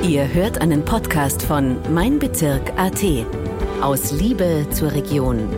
Ihr hört einen Podcast von Mein Bezirk.at. Aus Liebe zur Region.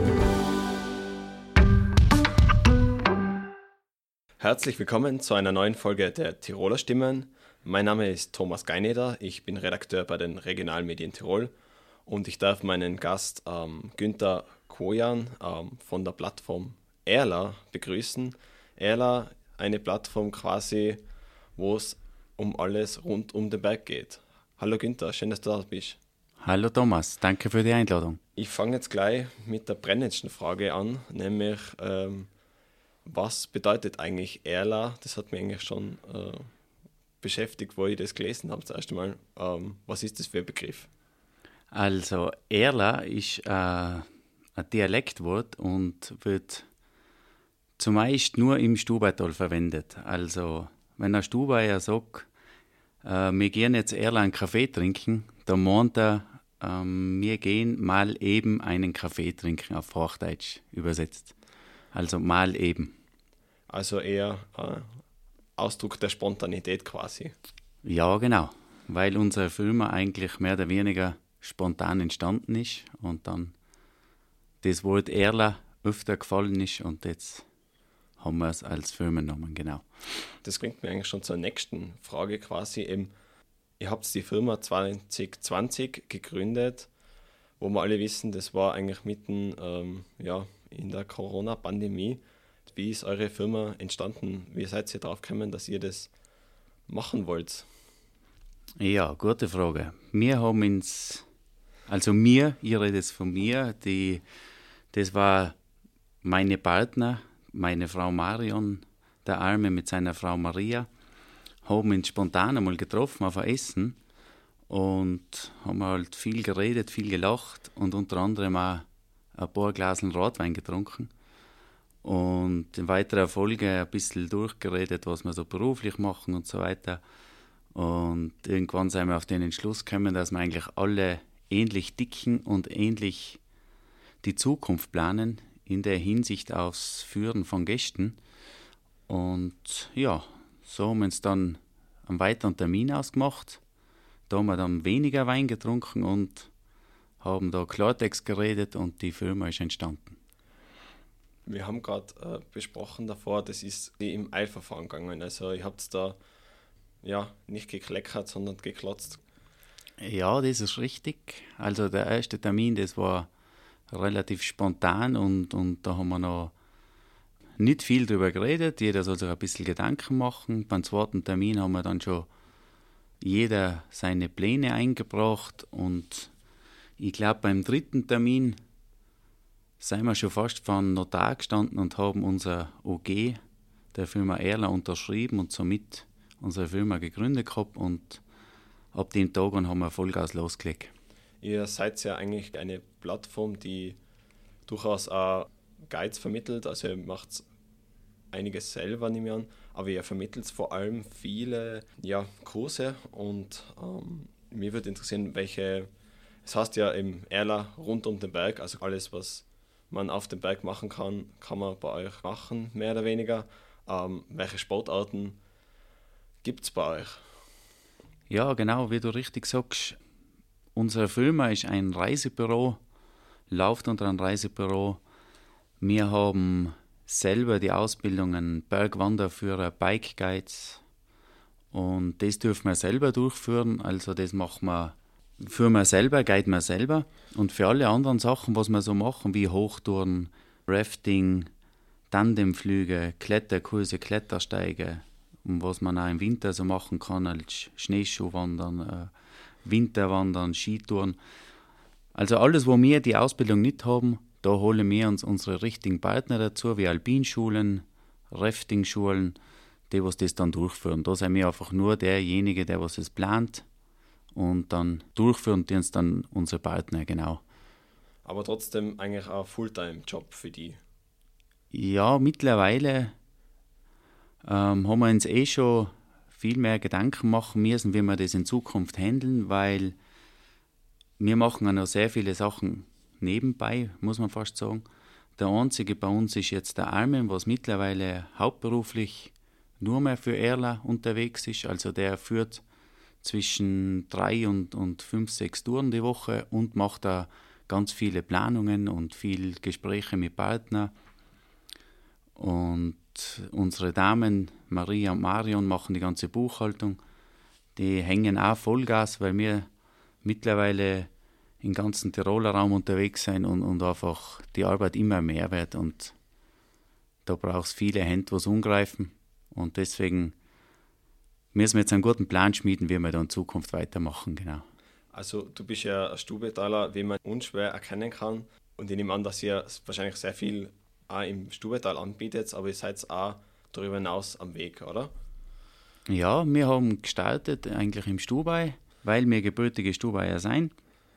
Herzlich willkommen zu einer neuen Folge der Tiroler Stimmen. Mein Name ist Thomas Geineder, ich bin Redakteur bei den Regionalmedien Tirol und ich darf meinen Gast Günther Kojan von der Plattform Erla begrüßen. Erla, eine Plattform quasi, wo es um alles rund um den Berg geht. Hallo Günther, schön, dass du da bist. Hallo Thomas, danke für die Einladung. Ich fange jetzt gleich mit der brennendsten Frage an, nämlich was bedeutet eigentlich Erla? Das hat mich eigentlich schon beschäftigt, wo ich das gelesen habe, das erste Mal. Was ist das für ein Begriff? Also Erla ist ein Dialektwort und wird zumeist nur im Stubaital verwendet. Also wenn ein Stubaier sagt, wir gehen jetzt Erla einen Kaffee trinken, dann meint er, wir gehen mal eben einen Kaffee trinken, auf Hochdeutsch übersetzt. Also mal eben. Also eher Ausdruck der Spontanität quasi. Ja, genau, weil unsere Firma eigentlich mehr oder weniger spontan entstanden ist und dann das Wort Erla öfter gefallen ist und jetzt haben wir es als Firmennamen, genau. Das bringt mich eigentlich schon zur nächsten Frage quasi. Ihr habt die Firma 2020 gegründet, wo wir alle wissen, das war eigentlich mitten in der Corona-Pandemie. Wie ist eure Firma entstanden? Wie seid ihr darauf gekommen, dass ihr das machen wollt? Ja, gute Frage. Wir haben ich rede jetzt von mir, das war meine Partner, meine Frau Marion, der Arme mit seiner Frau Maria, haben uns spontan einmal getroffen auf ein Essen und haben halt viel geredet, viel gelacht und unter anderem auch ein paar Glaseln Rotwein getrunken. Und in weiterer Folge ein bisschen durchgeredet, was wir so beruflich machen und so weiter. Und irgendwann sind wir auf den Entschluss gekommen, dass wir eigentlich alle ähnlich dicken und ähnlich die Zukunft planen in der Hinsicht aufs Führen von Gästen. Und ja, so haben wir uns dann einen weiteren Termin ausgemacht. Da haben wir dann weniger Wein getrunken und haben da Klartext geredet und die Firma ist entstanden. Wir haben gerade besprochen davor, das ist im Eilverfahren gegangen. Also ihr habt es da nicht gekleckert, sondern geklotzt. Ja, das ist richtig. Also der erste Termin, das war relativ spontan und da haben wir noch nicht viel drüber geredet. Jeder soll sich ein bisschen Gedanken machen. Beim zweiten Termin haben wir dann schon jeder seine Pläne eingebracht und ich glaube beim dritten Termin sind wir schon fast vor einem Notar gestanden und haben unser OG der Firma Erla unterschrieben und somit unsere Firma gegründet gehabt und ab dem Tag an haben wir Vollgas losgelegt. Ihr seid ja eigentlich eine Plattform, die durchaus auch Guides vermittelt, also ihr macht einiges selber, nehme ich an, aber ihr vermittelt vor allem viele Kurse und mich würde interessieren, es heißt ja im Erla rund um den Berg, also alles, was man auf dem Berg machen kann, kann man bei euch machen, mehr oder weniger. Welche Sportarten gibt es bei euch? Ja, genau, wie du richtig sagst, unsere Firma ist ein Reisebüro, läuft unter einem Reisebüro. Wir haben selber die Ausbildungen Bergwanderführer, Bike Guides und das dürfen wir selber durchführen, also das führen wir selber, guiden wir selber. Und für alle anderen Sachen, was wir so machen, wie Hochtouren, Rafting, Tandemflüge, Kletterkurse, Klettersteige und was man auch im Winter so machen kann, als Schneeschuhwandern, Winterwandern, Skitouren. Also alles, wo wir die Ausbildung nicht haben, da holen wir uns unsere richtigen Partner dazu, wie Alpinschulen, Raftingschulen, die was das dann durchführen. Da sind wir einfach nur derjenige, der was es plant und dann durchführen die uns dann unsere Partner, genau. Aber trotzdem eigentlich ein Fulltime-Job für die? Ja, mittlerweile haben wir uns schon viel mehr Gedanken machen müssen, wie wir das in Zukunft handeln, weil wir machen ja noch sehr viele Sachen nebenbei, muss man fast sagen. Der einzige bei uns ist jetzt der Armin, was mittlerweile hauptberuflich nur mehr für Erla unterwegs ist. Also der führt zwischen 3 und 5, 6 Touren die Woche und mache da ganz viele Planungen und viel Gespräche mit Partnern. Und unsere Damen, Maria und Marion, machen die ganze Buchhaltung. Die hängen auch Vollgas, weil wir mittlerweile im ganzen Tiroler Raum unterwegs sind und einfach die Arbeit immer mehr wird. Und da braucht es viele Hände, die es umgreifen. Und deswegen müssen wir jetzt einen guten Plan schmieden, wie wir da in Zukunft weitermachen. Genau. Also du bist ja ein Stubetaler, wie man unschwer erkennen kann. Und ich nehme an, dass ihr wahrscheinlich sehr viel auch im Stubetal anbietet, aber ihr seid auch darüber hinaus am Weg, oder? Ja, wir haben gestartet eigentlich im Stubai, weil wir gebürtige Stubaier sind.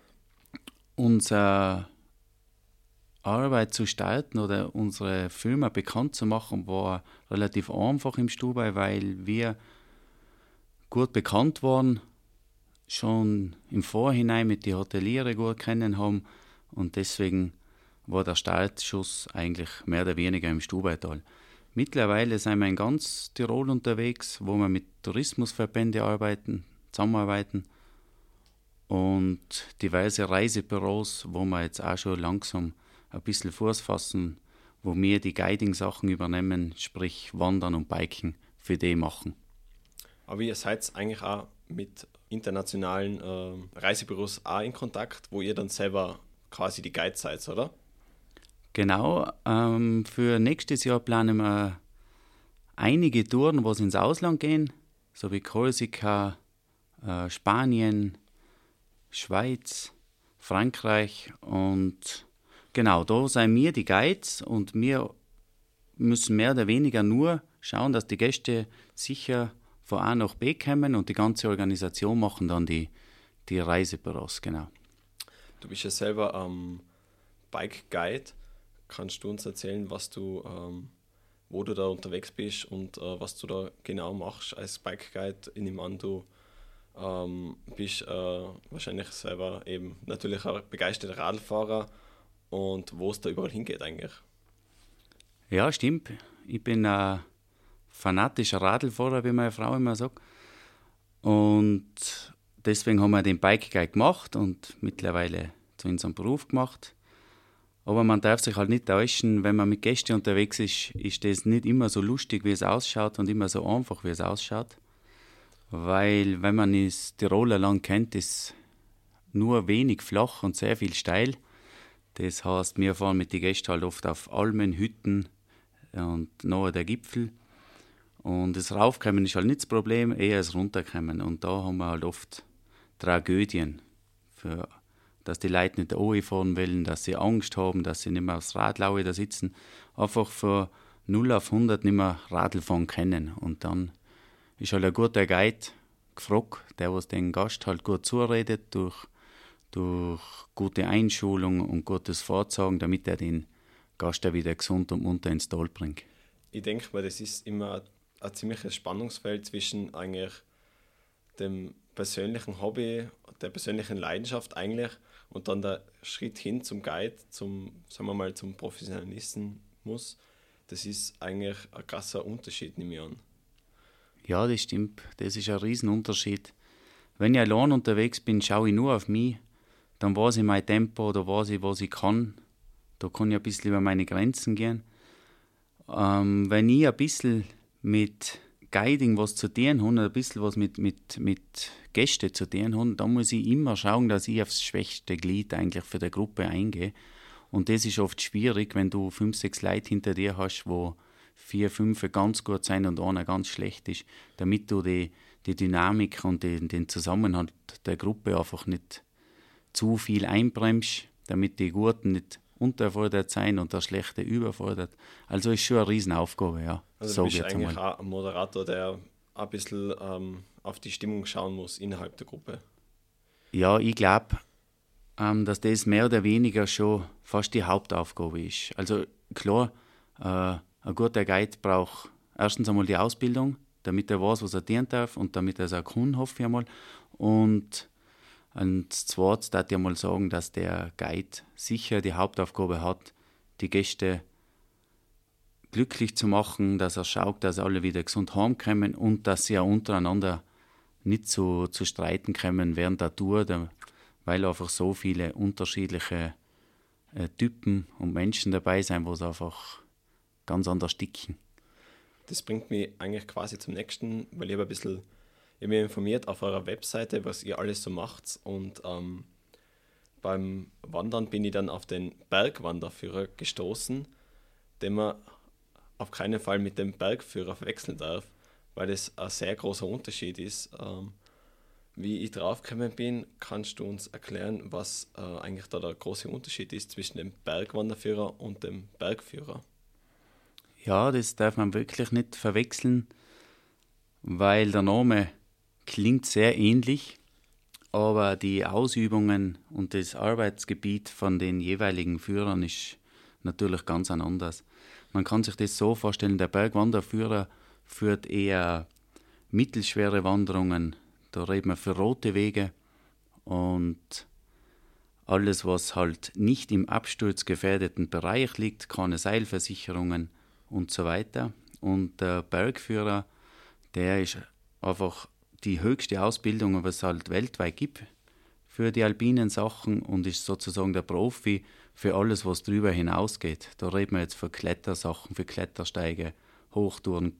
Unsere Arbeit zu starten oder unsere Firma bekannt zu machen, war relativ einfach im Stubai, weil wir gut bekannt waren, schon im Vorhinein mit den Hoteliere gut kennen haben und deswegen war der Startschuss eigentlich mehr oder weniger im Stubaital. Mittlerweile sind wir in ganz Tirol unterwegs, wo wir mit Tourismusverbänden zusammenarbeiten und diverse Reisebüros, wo wir jetzt auch schon langsam ein bisschen Fuß fassen, wo wir die Guiding-Sachen übernehmen, sprich Wandern und Biken für die machen. Aber ihr seid eigentlich auch mit internationalen Reisebüros auch in Kontakt, wo ihr dann selber quasi die Guide seid, oder? Genau, für nächstes Jahr planen wir einige Touren, wo es ins Ausland gehen, so wie Korsika, Spanien, Schweiz, Frankreich und genau, da sind wir die Guides und wir müssen mehr oder weniger nur schauen, dass die Gäste sicher von A nach B kommen und die ganze Organisation machen dann die Reisebüros, genau. Du bist ja selber Bike Guide. Kannst du uns erzählen, wo du da unterwegs bist und was du da genau machst als Bike Guide? Ich nehme an, du bist wahrscheinlich selber eben natürlich ein begeisterter Radlfahrer und wo es da überall hingeht eigentlich. Ja, stimmt. Ich bin ein fanatischer Radlfahrer, wie meine Frau immer sagt. Und deswegen haben wir den Bike Guide gemacht und mittlerweile zu unserem Beruf gemacht. Aber man darf sich halt nicht täuschen, wenn man mit Gästen unterwegs ist das nicht immer so lustig, wie es ausschaut und immer so einfach, wie es ausschaut. Weil, wenn man das Tiroler Land kennt, ist nur wenig flach und sehr viel steil. Das heißt, wir fahren mit den Gästen halt oft auf Almen, Hütten und nahe der Gipfel. Und das Raufkommen ist halt nicht das Problem, eher das Runterkommen. Und da haben wir halt oft Tragödien, dass die Leute nicht fahren wollen, dass sie Angst haben, dass sie nicht mehr aufs Radlaue da sitzen. Einfach von 0 auf 100 nicht mehr Radl fahren können. Und dann ist halt ein guter Guide gefragt, der was den Gast halt gut zuredet, durch gute Einschulung und gutes Vorzagen, damit er den Gast auch wieder gesund und munter ins Tal bringt. Ich denke mal, das ist immer ein ziemliches Spannungsfeld zwischen eigentlich dem persönlichen Hobby, der persönlichen Leidenschaft eigentlich und dann der Schritt hin zum Guide, sagen wir mal, zum Professionalismus. Das ist eigentlich ein krasser Unterschied, nehme ich an. Ja, das stimmt. Das ist ein Riesenunterschied. Wenn ich allein unterwegs bin, schaue ich nur auf mich. Dann weiß ich mein Tempo, da weiß ich, was ich kann. Da kann ich ein bisschen über meine Grenzen gehen. Wenn ich ein bisschen mit Guiding was zu tun habe, ein bisschen was mit Gästen zu tun habe, dann muss ich immer schauen, dass ich aufs schwächste Glied eigentlich für die Gruppe eingehe. Und das ist oft schwierig, wenn du 5, 6 Leute hinter dir hast, wo 4, 5 ganz gut sind und einer ganz schlecht ist, damit du die Dynamik und den Zusammenhalt der Gruppe einfach nicht zu viel einbremst, damit die Guten nicht unterfordert sein und der Schlechte überfordert. Also ist schon eine Riesenaufgabe, ja. Also du bist eigentlich auch ein Moderator, der ein bisschen auf die Stimmung schauen muss innerhalb der Gruppe. Ja, ich glaube, dass das mehr oder weniger schon fast die Hauptaufgabe ist. Also klar, ein guter Guide braucht erstens einmal die Ausbildung, damit er weiß, was er tun darf und damit er es auch kann, hoffe ich einmal. Und zweitens darf ich einmal sagen, dass der Guide sicher die Hauptaufgabe hat, die Gäste glücklich zu machen, dass er schaut, dass alle wieder gesund heimkommen und dass sie auch untereinander nicht zu Streiten kommen während der Tour, weil einfach so viele unterschiedliche Typen und Menschen dabei sind, wo es einfach ganz anders ticken. Das bringt mich eigentlich quasi zum nächsten, weil ich habe mich informiert auf eurer Webseite, was ihr alles so macht, und beim Wandern bin ich dann auf den Bergwanderführer gestoßen, den man auf keinen Fall mit dem Bergführer verwechseln darf, weil das ein sehr großer Unterschied ist. Wie ich draufgekommen bin, kannst du uns erklären, was eigentlich da der große Unterschied ist zwischen dem Bergwanderführer und dem Bergführer? Ja, das darf man wirklich nicht verwechseln, weil der Name klingt sehr ähnlich, aber die Ausübungen und das Arbeitsgebiet von den jeweiligen Führern ist natürlich ganz anders. Man kann sich das so vorstellen, der Bergwanderführer führt eher mittelschwere Wanderungen. Da reden wir für rote Wege und alles, was halt nicht im absturzgefährdeten Bereich liegt, keine Seilversicherungen und so weiter. Und der Bergführer, der ist einfach die höchste Ausbildung, was es halt weltweit gibt für die alpinen Sachen und ist sozusagen der Profi für alles, was darüber hinausgeht. Da reden wir jetzt für Klettersachen, für Klettersteige, Hochtouren,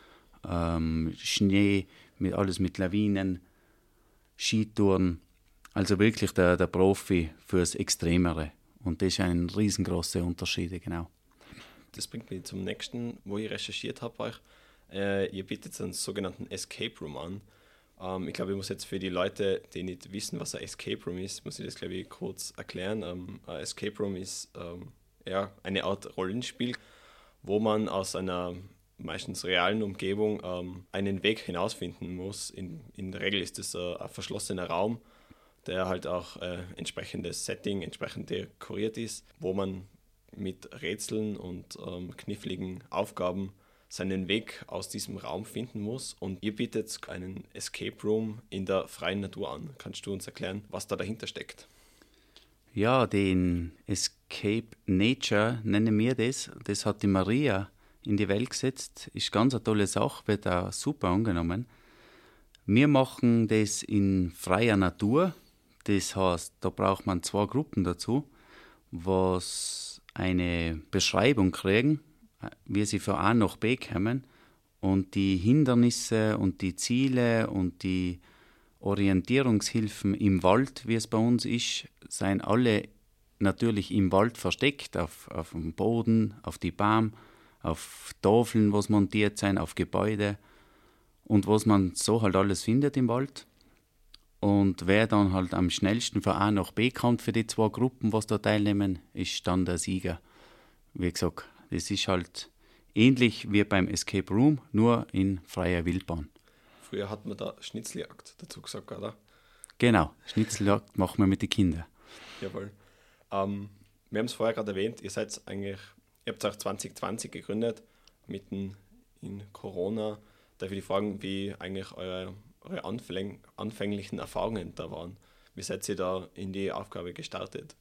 Schnee, alles mit Lawinen, Skitouren. Also wirklich der Profi fürs Extremere. Und das ist ein riesengroßer Unterschied, genau. Das bringt mich zum nächsten, wo ich recherchiert habe bei euch. Ihr bietet einen sogenannten Escape Room an. Ich glaube, ich muss jetzt für die Leute, die nicht wissen, was ein Escape Room ist, muss ich das, glaube ich, kurz erklären. Ein Escape Room ist eine Art Rollenspiel, wo man aus einer meistens realen Umgebung einen Weg hinausfinden muss. In der Regel ist es ein verschlossener Raum, der halt auch entsprechendes Setting, entsprechend dekoriert ist, wo man mit Rätseln und kniffligen Aufgaben seinen Weg aus diesem Raum finden muss. Und ihr bietet einen Escape Room in der freien Natur an. Kannst du uns erklären, was da dahinter steckt? Ja, den Escape Nature nennen wir das. Das hat die Maria in die Welt gesetzt. Ist ganz eine tolle Sache, wird auch super angenommen. Wir machen das in freier Natur. Das heißt, da braucht man 2 Gruppen dazu, was eine Beschreibung kriegen, wie sie von A nach B kommen. Und die Hindernisse und die Ziele und die Orientierungshilfen im Wald, wie es bei uns ist, sind alle natürlich im Wald versteckt, auf dem Boden, auf die Baum, auf Tafeln, was montiert sind, auf Gebäude und was man so halt alles findet im Wald. Und wer dann halt am schnellsten von A nach B kommt für die 2 Gruppen, was da teilnehmen, ist dann der Sieger. Wie gesagt, das ist halt ähnlich wie beim Escape Room, nur in freier Wildbahn. Früher hat man da Schnitzeljagd dazu gesagt, oder? Genau, Schnitzeljagd machen wir mit den Kindern. Jawohl. Wir haben es vorher gerade erwähnt, ihr habt auch 2020 gegründet, mitten in Corona. Darf ich fragen, wie eigentlich eure anfänglichen Erfahrungen da waren? Wie seid ihr da in die Aufgabe gestartet?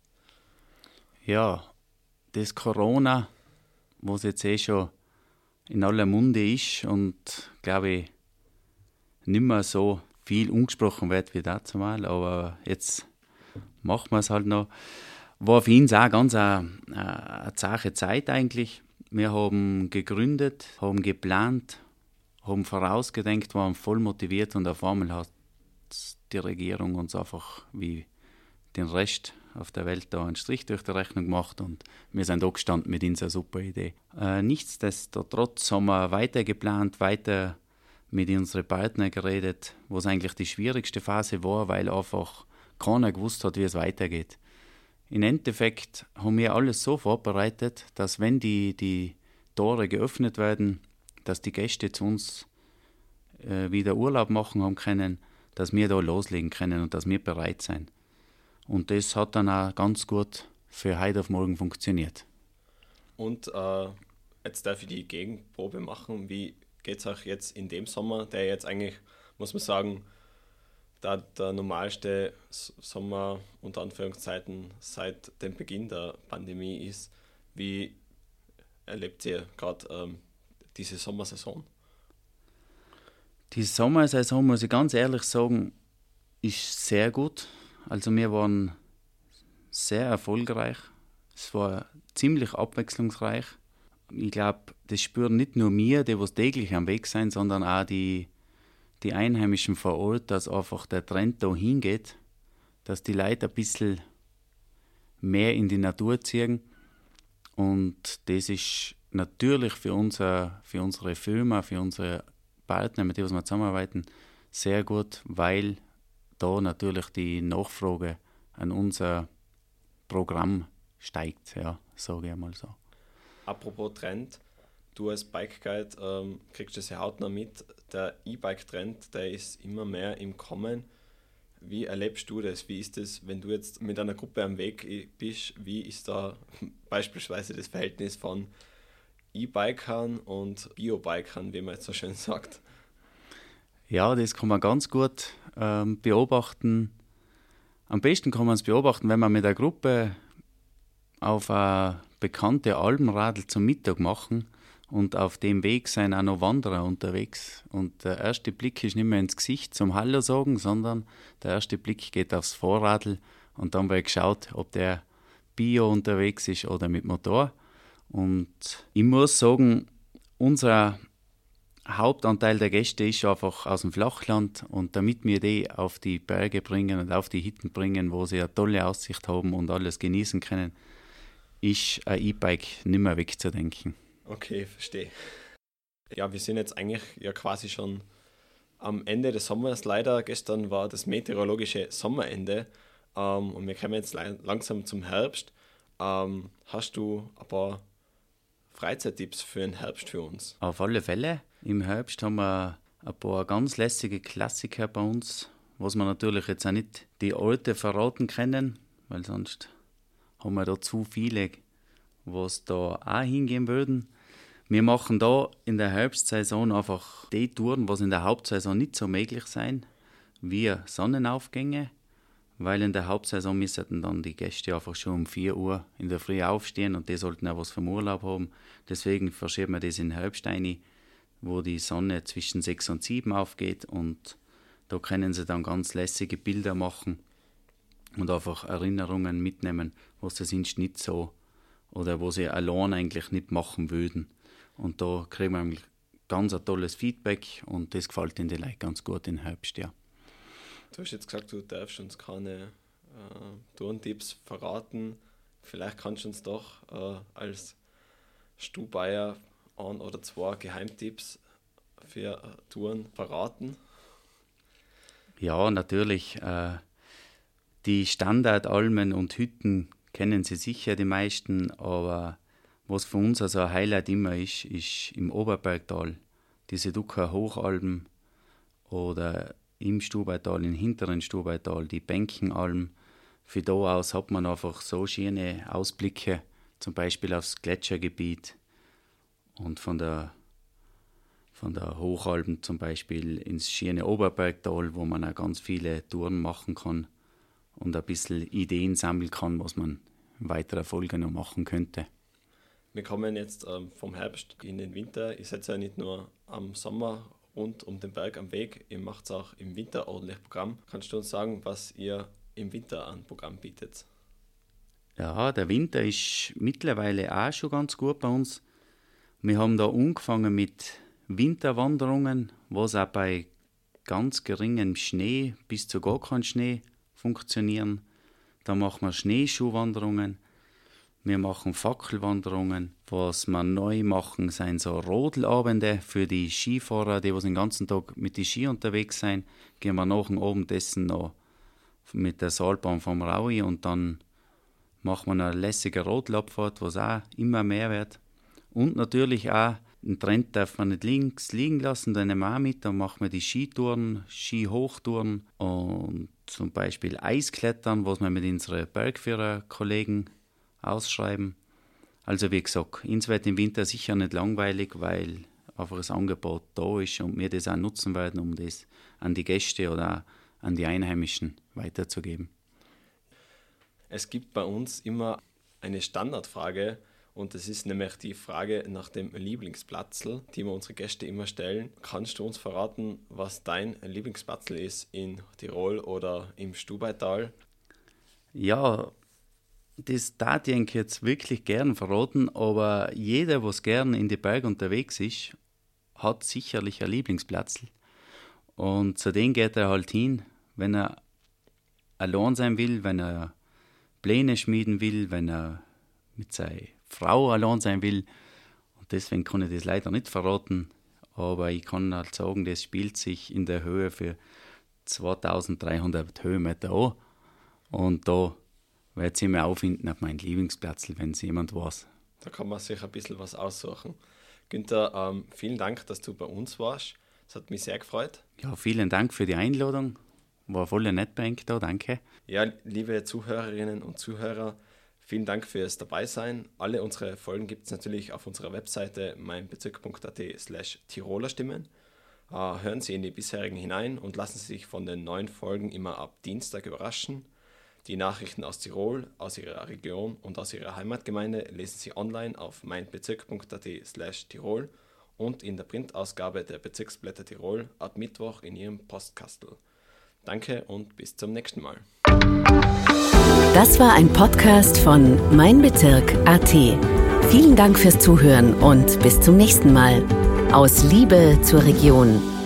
Ja, das Corona, was jetzt schon in aller Munde ist und, glaube ich, nicht mehr so viel angesprochen wird wie dazu mal, aber jetzt machen wir es halt noch. War für uns auch ganz eine zahre Zeit eigentlich. Wir haben gegründet, haben geplant, haben vorausgedenkt, waren voll motiviert und auf einmal hat die Regierung uns einfach wie den Rest auf der Welt da einen Strich durch die Rechnung gemacht und wir sind da gestanden mit unserer super Idee. Nichtsdestotrotz haben wir weiter geplant, weiter mit unseren Partnern geredet, was eigentlich die schwierigste Phase war, weil einfach keiner gewusst hat, wie es weitergeht. Im Endeffekt haben wir alles so vorbereitet, dass wenn die Tore geöffnet werden, dass die Gäste zu uns wieder Urlaub machen haben können, dass wir da loslegen können und dass wir bereit sind. Und das hat dann auch ganz gut für heute auf morgen funktioniert. Und jetzt darf ich die Gegenprobe machen. Wie geht es euch jetzt in dem Sommer, der jetzt eigentlich, muss man sagen, der normalste Sommer unter Anführungszeiten seit dem Beginn der Pandemie ist? Wie erlebt ihr gerade diese Sommersaison? Die Sommersaison, muss ich ganz ehrlich sagen, ist sehr gut. Also wir waren sehr erfolgreich. Es war ziemlich abwechslungsreich. Ich glaube, das spüren nicht nur wir, die was täglich am Weg sind, sondern auch die Einheimischen vor Ort, dass einfach der Trend da hingeht, dass die Leute ein bisschen mehr in die Natur ziehen. Und das ist natürlich für unsere Firma, für unsere Partner, mit denen wir zusammenarbeiten, sehr gut, weil da natürlich die Nachfrage an unser Programm steigt, ja, sage ich einmal so. Apropos Trend, du als Bike Guide kriegst das ja hautnah mit. Der E-Bike-Trend, der ist immer mehr im Kommen. Wie erlebst du das? Wie ist das, wenn du jetzt mit einer Gruppe am Weg bist? Wie ist da beispielsweise das Verhältnis von E-Bikern und Bio-Bikern, wie man jetzt so schön sagt? Ja, das kann man ganz gut beobachten. Am besten kann man es beobachten, wenn man mit der Gruppe auf eine bekannte Alpenradl zum Mittag machen und auf dem Weg sind auch noch Wanderer unterwegs. Und der erste Blick ist nicht mehr ins Gesicht zum Hallo sagen, sondern der erste Blick geht aufs Vorradl und dann wird geschaut, ob der Bio unterwegs ist oder mit Motor. Und ich muss sagen, unser Hauptanteil der Gäste ist einfach aus dem Flachland und damit wir die auf die Berge bringen und auf die Hütten bringen, wo sie eine tolle Aussicht haben und alles genießen können, ist ein E-Bike nicht mehr wegzudenken. Okay, verstehe. Ja, wir sind jetzt eigentlich ja quasi schon am Ende des Sommers. Leider gestern war das meteorologische Sommerende und wir kommen jetzt langsam zum Herbst. Hast du ein paar Freizeittipps für den Herbst für uns? Auf alle Fälle. Im Herbst haben wir ein paar ganz lässige Klassiker bei uns, was wir natürlich jetzt auch nicht die alte verraten können, weil sonst haben wir da zu viele, was da auch hingehen würden. Wir machen da in der Herbstsaison einfach die Touren, was in der Hauptsaison nicht so möglich sein, wie Sonnenaufgänge, weil in der Hauptsaison müssten dann die Gäste einfach schon um 4 Uhr in der Früh aufstehen und die sollten auch was vom Urlaub haben. Deswegen verschieben wir das in den Herbst rein, wo die Sonne zwischen 6 und 7 aufgeht und da können sie dann ganz lässige Bilder machen und einfach Erinnerungen mitnehmen, was sie sonst nicht so oder wo sie allein eigentlich nicht machen würden. Und da kriegen wir eigentlich ganz ein tolles Feedback und das gefällt den Leuten ganz gut im Herbst, ja. Du hast jetzt gesagt, du darfst uns keine Tourentipps verraten. Vielleicht kannst du uns doch als Stubaier ein oder zwei Geheimtipps für Touren verraten. Ja, natürlich. Die Standardalmen und Hütten kennen sie sicher die meisten, aber was für uns also ein Highlight immer ist im Oberbergtal, diese Ducker Hochalben oder im Stubaital, im hinteren Stubaital, die Benkenalm. Für da aus hat man einfach so schöne Ausblicke, zum Beispiel aufs Gletschergebiet und von der Hochalben zum Beispiel ins schöne Oberbergtal, wo man auch ganz viele Touren machen kann und ein bisschen Ideen sammeln kann, was man in weiterer Folge noch machen könnte. Wir kommen jetzt vom Herbst in den Winter. Ihr seid ja nicht nur am Sommer rund um den Berg am Weg, ihr macht es auch im Winter ordentlich Programm. Kannst du uns sagen, was ihr im Winter an Programm bietet? Ja, der Winter ist mittlerweile auch schon ganz gut bei uns. Wir haben da angefangen mit Winterwanderungen, was auch bei ganz geringem Schnee bis zu gar kein Schnee funktionieren. Da machen wir Schneeschuhwanderungen. Wir machen Fackelwanderungen. Was wir neu machen, sind so Rodelabende für die Skifahrer, die den ganzen Tag mit den Ski unterwegs sind. Gehen wir nach dem Abendessen noch mit der Seilbahn vom Raui und dann machen wir eine lässige Rodelabfahrt, was auch immer mehr wird. Und natürlich auch, den Trend darf man nicht links liegen lassen, dann nehmen wir auch mit. Dann machen wir die Skitouren, Skihochtouren und zum Beispiel Eisklettern, was wir mit unseren Bergführerkollegen ausschreiben. Also wie gesagt, uns wird im Winter sicher nicht langweilig, weil einfach das Angebot da ist und wir das auch nutzen werden, um das an die Gäste oder auch an die Einheimischen weiterzugeben. Es gibt bei uns immer eine Standardfrage Und das ist nämlich die Frage nach dem Lieblingsplatzl, die wir unsere Gäste immer stellen. Kannst du uns verraten, was dein Lieblingsplatzl ist in Tirol oder im Stubaital? Ja, das darf ich jetzt wirklich gern verraten, aber jeder, was gern in die Berge unterwegs ist, hat sicherlich ein Lieblingsplatzl. Und zu dem geht er halt hin, wenn er allein sein will, wenn er Pläne schmieden will, wenn er mit seiner Frau allein sein will. Und deswegen kann ich das leider nicht verraten, aber ich kann halt sagen, das spielt sich in der Höhe für 2300 Höhenmeter an. Und da werde ich mir auffinden auf meinen Lieblingsplatz, wenn es jemand weiß. Da kann man sich ein bisschen was aussuchen. Günther, vielen Dank, dass du bei uns warst. Es hat mich sehr gefreut. Ja, vielen Dank für die Einladung. War voll nett bei euch da, danke. Ja, liebe Zuhörerinnen und Zuhörer, vielen Dank fürs Dabeisein. Alle unsere Folgen gibt es natürlich auf unserer Webseite meinbezirk.at/Tirolerstimmen. Hören Sie in die bisherigen hinein und lassen Sie sich von den neuen Folgen immer ab Dienstag überraschen. Die Nachrichten aus Tirol, aus Ihrer Region und aus Ihrer Heimatgemeinde lesen Sie online auf meinbezirk.at/Tirol und in der Printausgabe der Bezirksblätter Tirol ab Mittwoch in Ihrem Postkastel. Danke und bis zum nächsten Mal. Das war ein Podcast von Mein Bezirk AT. Vielen Dank fürs Zuhören und bis zum nächsten Mal. Aus Liebe zur Region.